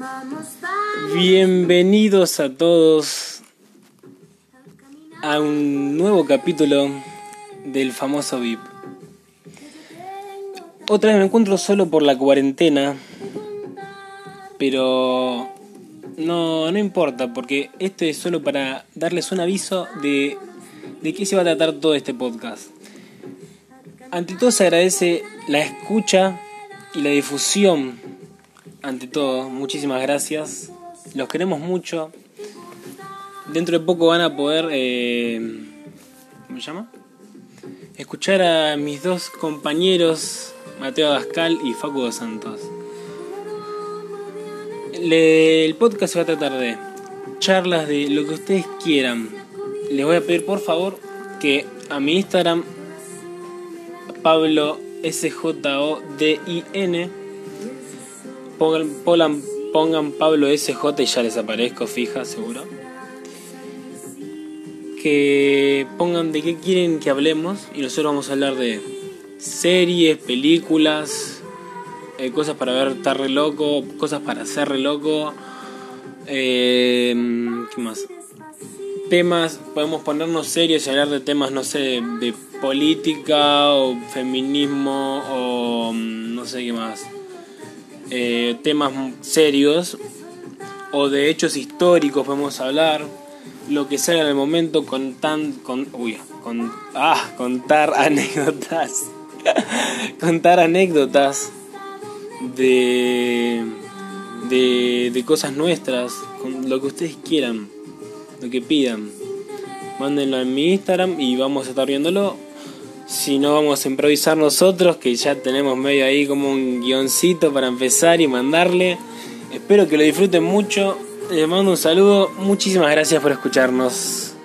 Bienvenidos a todos a un nuevo capítulo del famoso VIP. Otra vez me encuentro solo por la cuarentena, pero no importa, porque esto es solo para darles un aviso de qué se va a tratar todo este podcast. Ante todo se agradece la escucha y la difusión. Ante todo, muchísimas gracias. Los queremos mucho. Dentro de poco van a poder escuchar a mis dos compañeros, Mateo Abascal y Facu dos Santos. El podcast se va a tratar de charlas de lo que ustedes quieran. Les voy a pedir por favor que a mi Instagram, Pablo SJODIN, pongan Pablo SJ y ya les aparezco, fija, seguro. Que pongan de qué quieren que hablemos y nosotros vamos a hablar de series, películas, cosas para ver, estar re loco, cosas para hacer re loco, ¿qué más? Temas, podemos ponernos serios y hablar de temas, no sé, de política o feminismo o no sé qué más. Temas serios o de hechos históricos podemos hablar, lo que salga en el momento, contar anécdotas contar anécdotas de cosas nuestras, con lo que ustedes quieran, lo que pidan, mándenlo en mi Instagram y vamos a estar viéndolo. Si no, vamos a improvisar nosotros, que ya tenemos medio ahí como un guioncito para empezar y mandarle. Espero que lo disfruten mucho. Les mando un saludo. Muchísimas gracias por escucharnos.